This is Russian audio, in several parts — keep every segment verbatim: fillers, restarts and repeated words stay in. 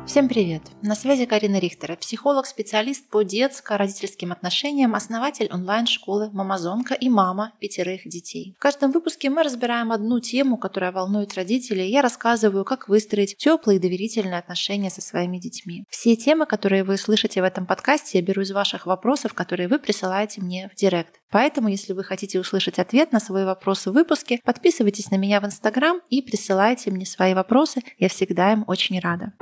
Всем привет! На связи Карина Рихтер, психолог-специалист по детско-родительским отношениям, основатель онлайн-школы «Мамазонка» и мама пятерых детей. В каждом выпуске мы разбираем одну тему, которая волнует родителей, и я рассказываю, как выстроить теплые и доверительные отношения со своими детьми. Все темы, которые вы слышите в этом подкасте, я беру из ваших вопросов, которые вы присылаете мне в директ. Поэтому, если вы хотите услышать ответ на свои вопросы в выпуске, подписывайтесь на меня в Инстаграм и присылайте мне свои вопросы, я всегда им очень рада.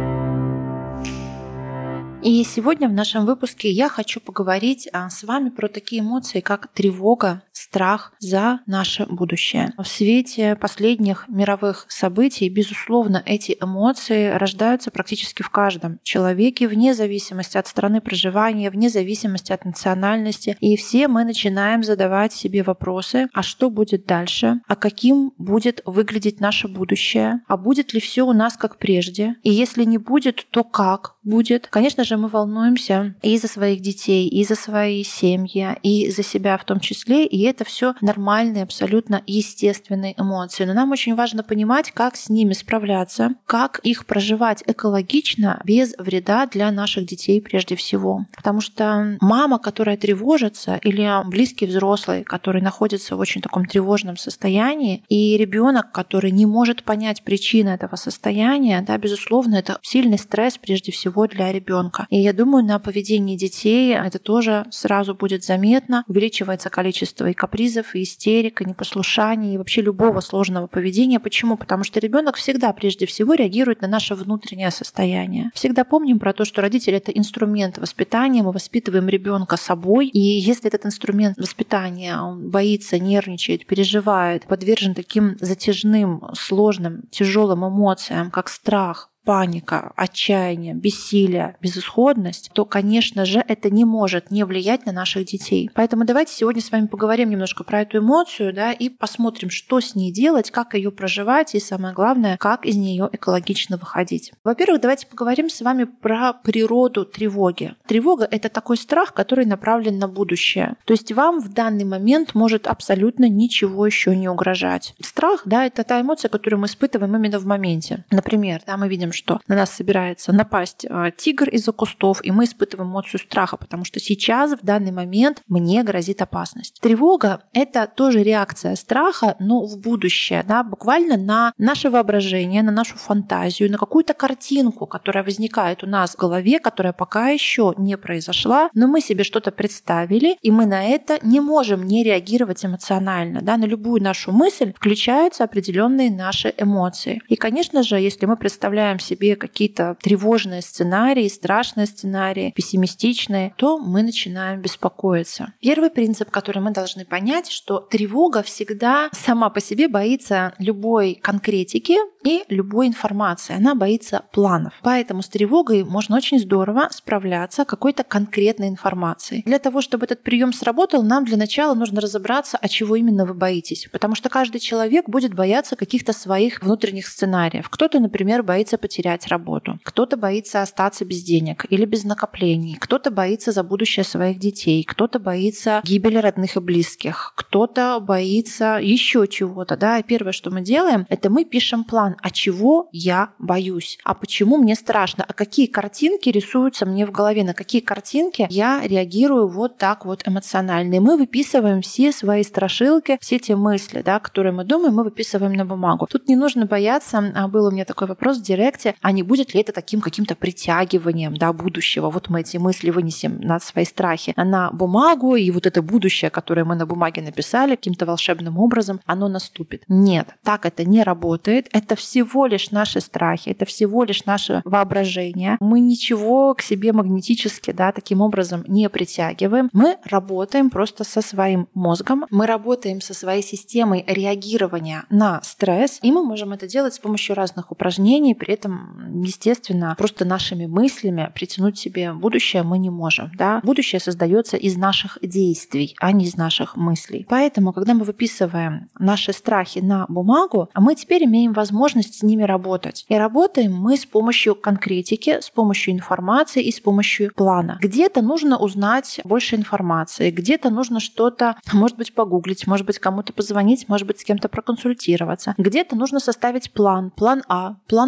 И сегодня в нашем выпуске я хочу поговорить с вами про такие эмоции, как тревога, страх за наше будущее. В свете последних мировых событий, безусловно, эти эмоции рождаются практически в каждом человеке, вне зависимости от страны проживания, вне зависимости от национальности. И все мы начинаем задавать себе вопросы, а что будет дальше, а каким будет выглядеть наше будущее, а будет ли все у нас как прежде, и если не будет, то как будет. Конечно же, мы волнуемся и за своих детей, и за свои семьи, и за себя в том числе, и это все нормальные, абсолютно естественные эмоции. Но нам очень важно понимать, как с ними справляться, как их проживать экологично, без вреда для наших детей прежде всего. Потому что мама, которая тревожится, или близкий взрослый, который находится в очень таком тревожном состоянии, и ребенок, который не может понять причины этого состояния, да, безусловно, это сильный стресс прежде всего для ребенка. И я думаю, на поведении детей это тоже сразу будет заметно. Увеличивается количество и капризов, и истерик, и непослушаний, и вообще любого сложного поведения. Почему? Потому что ребенок всегда прежде всего реагирует на наше внутреннее состояние. Всегда помним про то, что родитель — это инструмент воспитания, мы воспитываем ребенка собой. И если этот инструмент воспитания он боится, нервничает, переживает, подвержен таким затяжным, сложным, тяжелым эмоциям, как страх, паника, отчаяние, бессилие, безысходность, то, конечно же, это не может не влиять на наших детей. Поэтому давайте сегодня с вами поговорим немножко про эту эмоцию, да, и посмотрим, что с ней делать, как ее проживать и, самое главное, как из нее экологично выходить. Во-первых, давайте поговорим с вами про природу тревоги. Тревога — это такой страх, который направлен на будущее. То есть вам в данный момент может абсолютно ничего еще не угрожать. Страх, да, это та эмоция, которую мы испытываем именно в моменте. Например, да, мы видим, что на нас собирается напасть тигр из-за кустов, и мы испытываем эмоцию страха, потому что сейчас, в данный момент, мне грозит опасность. Тревога — это тоже реакция страха, но в будущее, да, буквально на наше воображение, на нашу фантазию, на какую-то картинку, которая возникает у нас в голове, которая пока еще не произошла, но мы себе что-то представили, и мы на это не можем не реагировать эмоционально. Да, на любую нашу мысль включаются определенные наши эмоции. И, конечно же, если мы представляем себе какие-то тревожные сценарии, страшные сценарии, пессимистичные, то мы начинаем беспокоиться. Первый принцип, который мы должны понять, что тревога всегда сама по себе боится любой конкретики и любой информации. Она боится планов. Поэтому с тревогой можно очень здорово справляться какой-то конкретной информацией. Для того, чтобы этот прием сработал, нам для начала нужно разобраться, от чего именно вы боитесь. Потому что каждый человек будет бояться каких-то своих внутренних сценариев. Кто-то, например, боится потерять работу, кто-то боится остаться без денег или без накоплений, кто-то боится за будущее своих детей, кто-то боится гибели родных и близких, кто-то боится еще чего-то. Да? И первое, что мы делаем, это мы пишем план, от чего я боюсь, а почему мне страшно, а какие картинки рисуются мне в голове, на какие картинки я реагирую вот так вот эмоционально. И мы выписываем все свои страшилки, все те мысли, да, которые мы думаем, мы выписываем на бумагу. Тут не нужно бояться, был у меня такой вопрос в директе, а не будет ли это таким каким-то притягиванием, да, будущего. Вот мы эти мысли вынесем на свои страхи на бумагу, и вот это будущее, которое мы на бумаге написали, каким-то волшебным образом, оно наступит. Нет, так это не работает. Это всего лишь наши страхи, это всего лишь наше воображение. Мы ничего к себе магнетически, да, таким образом не притягиваем. Мы работаем просто со своим мозгом, мы работаем со своей системой реагирования на стресс, и мы можем это делать с помощью разных упражнений, при этом, естественно, просто нашими мыслями притянуть себе будущее мы не можем. Да? Будущее создается из наших действий, а не из наших мыслей. Поэтому, когда мы выписываем наши страхи на бумагу, мы теперь имеем возможность с ними работать. И работаем мы с помощью конкретики, с помощью информации и с помощью плана. Где-то нужно узнать больше информации, где-то нужно что-то, может быть, погуглить, может быть, кому-то позвонить, может быть, с кем-то проконсультироваться. Где-то нужно составить план, план А, план Б,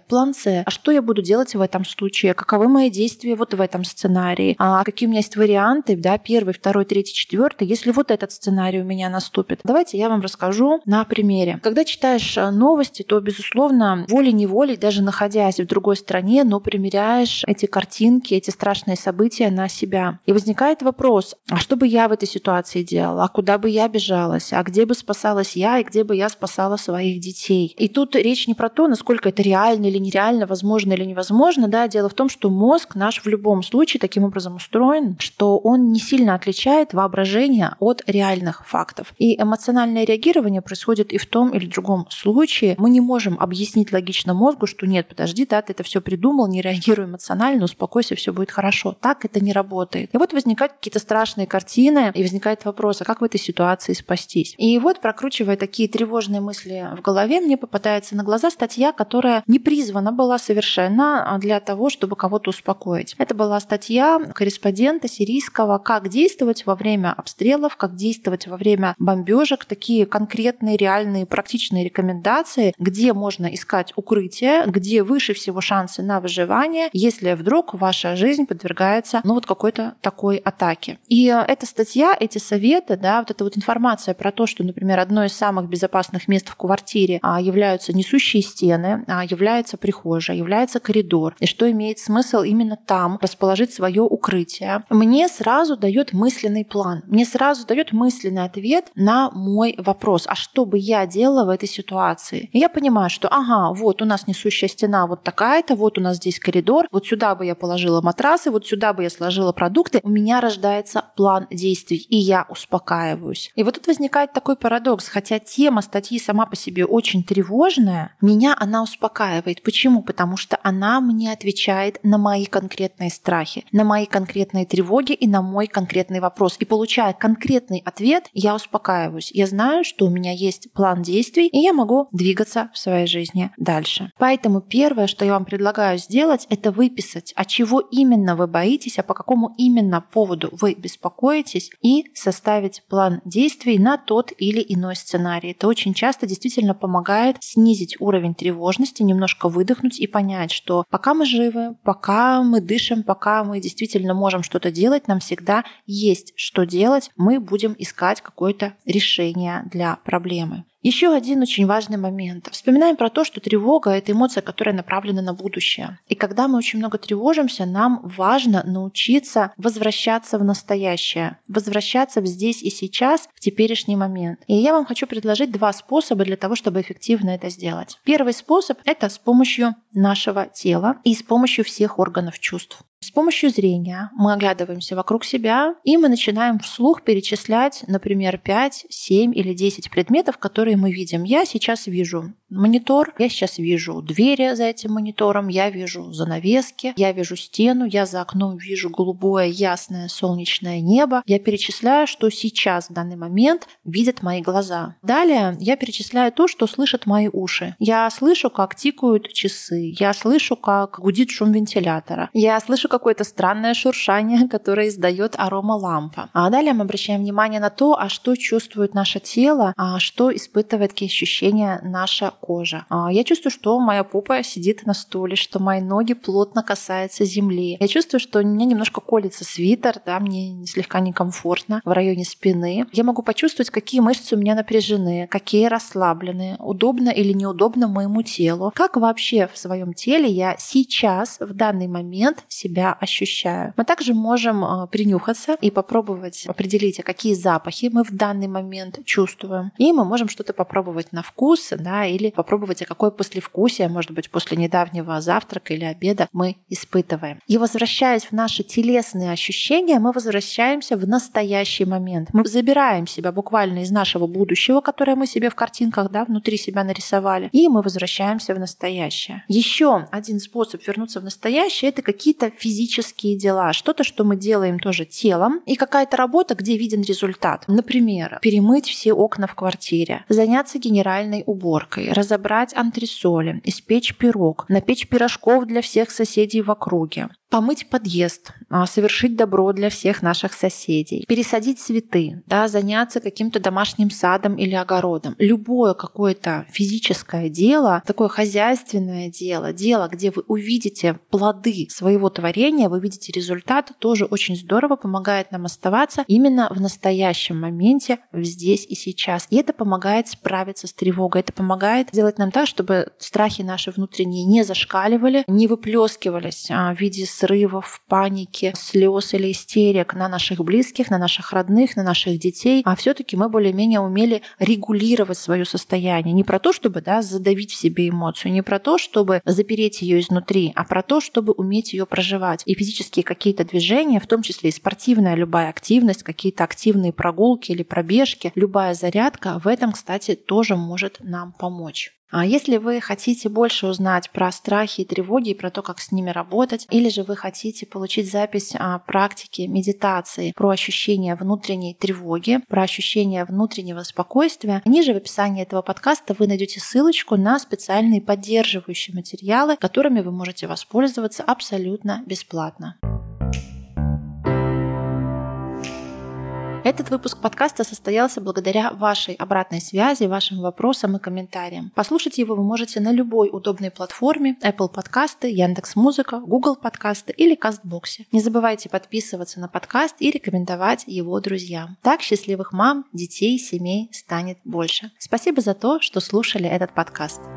план С. А что я буду делать в этом случае? Каковы мои действия вот в этом сценарии? А какие у меня есть варианты? Да, первый, второй, третий, четвертый. Если вот этот сценарий у меня наступит. Давайте я вам расскажу на примере. Когда читаешь новости, то, безусловно, волей-неволей, даже находясь в другой стране, но примеряешь эти картинки, эти страшные события на себя. И возникает вопрос, а что бы я в этой ситуации делала? А куда бы я бежалась? А где бы спасалась я? И где бы я спасала своих детей? И тут речь не про то, насколько это реально или нереально, возможно или невозможно. Да? Дело в том, что мозг наш в любом случае таким образом устроен, что он не сильно отличает воображение от реальных фактов. И эмоциональное реагирование происходит и в том или другом случае. Мы не можем объяснить логично мозгу, что нет, подожди, да, ты это все придумал, не реагируй эмоционально, успокойся, все будет хорошо. Так это не работает. И вот возникают какие-то страшные картины, и возникает вопрос, а как в этой ситуации спастись? И вот, прокручивая такие тревожные мысли в голове, мне попадается на глаза статья, которая не призвана была совершенно для того, чтобы кого-то успокоить. Это была статья корреспондента сирийского, как действовать во время обстрелов, как действовать во время бомбежек, такие конкретные, реальные, практичные рекомендации, где можно искать укрытие, где выше всего шансы на выживание, если вдруг ваша жизнь подвергается ну, вот какой-то такой атаке. И эта статья, эти советы, да, вот эта вот информация про то, что, например, одно из самых безопасных мест в квартире являются несущие стены, является прихожая, является коридор, и что имеет смысл именно там расположить свое укрытие, мне сразу дает мысленный план, мне сразу дает мысленный ответ на мой вопрос, а что бы я делала в этой ситуации? И я понимаю, что ага, вот у нас несущая стена вот такая-то, вот у нас здесь коридор, вот сюда бы я положила матрасы, вот сюда бы я сложила продукты, у меня рождается план действий, и я успокаиваюсь. И вот тут возникает такой парадокс, хотя тема статьи сама по себе очень тревожная, меня она успокаивает. Почему? Потому что она мне отвечает на мои конкретные страхи, на мои конкретные тревоги и на мой конкретный вопрос. И получая конкретный ответ, я успокаиваюсь. Я знаю, что у меня есть план действий, и я могу двигаться в своей жизни дальше. Поэтому первое, что я вам предлагаю сделать, это выписать, от чего именно вы боитесь, а по какому именно поводу вы беспокоитесь, и составить план действий на тот или иной сценарий. Это очень часто действительно помогает снизить уровень тревожности, немножко выдохнуть и понять, что пока мы живы, пока мы дышим, пока мы действительно можем что-то делать, нам всегда есть что делать, мы будем искать какое-то решение для проблемы. Еще один очень важный момент. Вспоминаем про то, что тревога — это эмоция, которая направлена на будущее. И когда мы очень много тревожимся, нам важно научиться возвращаться в настоящее, возвращаться в здесь и сейчас, в теперешний момент. И я вам хочу предложить два способа для того, чтобы эффективно это сделать. Первый способ — это с помощью нашего тела и с помощью всех органов чувств. С помощью зрения мы оглядываемся вокруг себя, и мы начинаем вслух перечислять, например, пять, семь или десять предметов, которые мы видим. Я сейчас вижу монитор, я сейчас вижу двери за этим монитором, я вижу занавески, я вижу стену, я за окном вижу голубое, ясное, солнечное небо. Я перечисляю, что сейчас, в данный момент, видят мои глаза. Далее я перечисляю то, что слышат мои уши. Я слышу, как тикают часы, я слышу, как гудит шум вентилятора, я слышу какое-то странное шуршание, которое издает аромалампа. А далее мы обращаем внимание на то, а что чувствует наше тело, а что испытывает какие ощущения наша кожа. А я чувствую, что моя попа сидит на стуле, что мои ноги плотно касаются земли. Я чувствую, что у меня немножко колется свитер, да, мне слегка некомфортно в районе спины. Я могу почувствовать, какие мышцы у меня напряжены, какие расслаблены, удобно или неудобно моему телу. Как вообще в своем теле я сейчас, в данный момент, себя ощущаю. Мы также можем принюхаться и попробовать определить, а какие запахи мы в данный момент чувствуем. И мы можем что-то попробовать на вкус, да, или попробовать, а какое послевкусие, может быть, после недавнего завтрака или обеда мы испытываем. И возвращаясь в наши телесные ощущения, мы возвращаемся в настоящий момент. Мы забираем себя буквально из нашего будущего, которое мы себе в картинках, да, внутри себя нарисовали, и мы возвращаемся в настоящее. Еще один способ вернуться в настоящее — это какие-то физические дела, что-то, что мы делаем тоже телом, и какая-то работа, где виден результат. Например, перемыть все окна в квартире, заняться генеральной уборкой, разобрать антресоли, испечь пирог, напечь пирожков для всех соседей в округе, помыть подъезд, совершить добро для всех наших соседей, пересадить цветы, да, заняться каким-то домашним садом или огородом. Любое какое-то физическое дело, такое хозяйственное дело, дело, где вы увидите плоды своего творения, вы видите результат, тоже очень здорово помогает нам оставаться именно в настоящем моменте, здесь и сейчас. И это помогает справиться с тревогой, это помогает сделать нам так, чтобы страхи наши внутренние не зашкаливали, не выплескивались в виде срывов, паники, слез или истерик на наших близких, на наших родных, на наших детей, а все-таки мы более-менее умели регулировать свое состояние. Не про то, чтобы да, задавить в себе эмоцию, не про то, чтобы запереть ее изнутри, а про то, чтобы уметь ее проживать. И физические какие-то движения, в том числе и спортивная любая активность, какие-то активные прогулки или пробежки, любая зарядка в этом, кстати, тоже может нам помочь. А если вы хотите больше узнать про страхи и тревоги и про то, как с ними работать, или же вы хотите получить запись практики медитации про ощущение внутренней тревоги, про ощущение внутреннего спокойствия, ниже в описании этого подкаста вы найдете ссылочку на специальные поддерживающие материалы, которыми вы можете воспользоваться абсолютно бесплатно. Этот выпуск подкаста состоялся благодаря вашей обратной связи, вашим вопросам и комментариям. Послушать его вы можете на любой удобной платформе: Apple подкасты, Яндекс.Музыка, Google подкасты или Кастбоксе. Не забывайте подписываться на подкаст и рекомендовать его друзьям. Так счастливых мам, детей, семей станет больше. Спасибо за то, что слушали этот подкаст.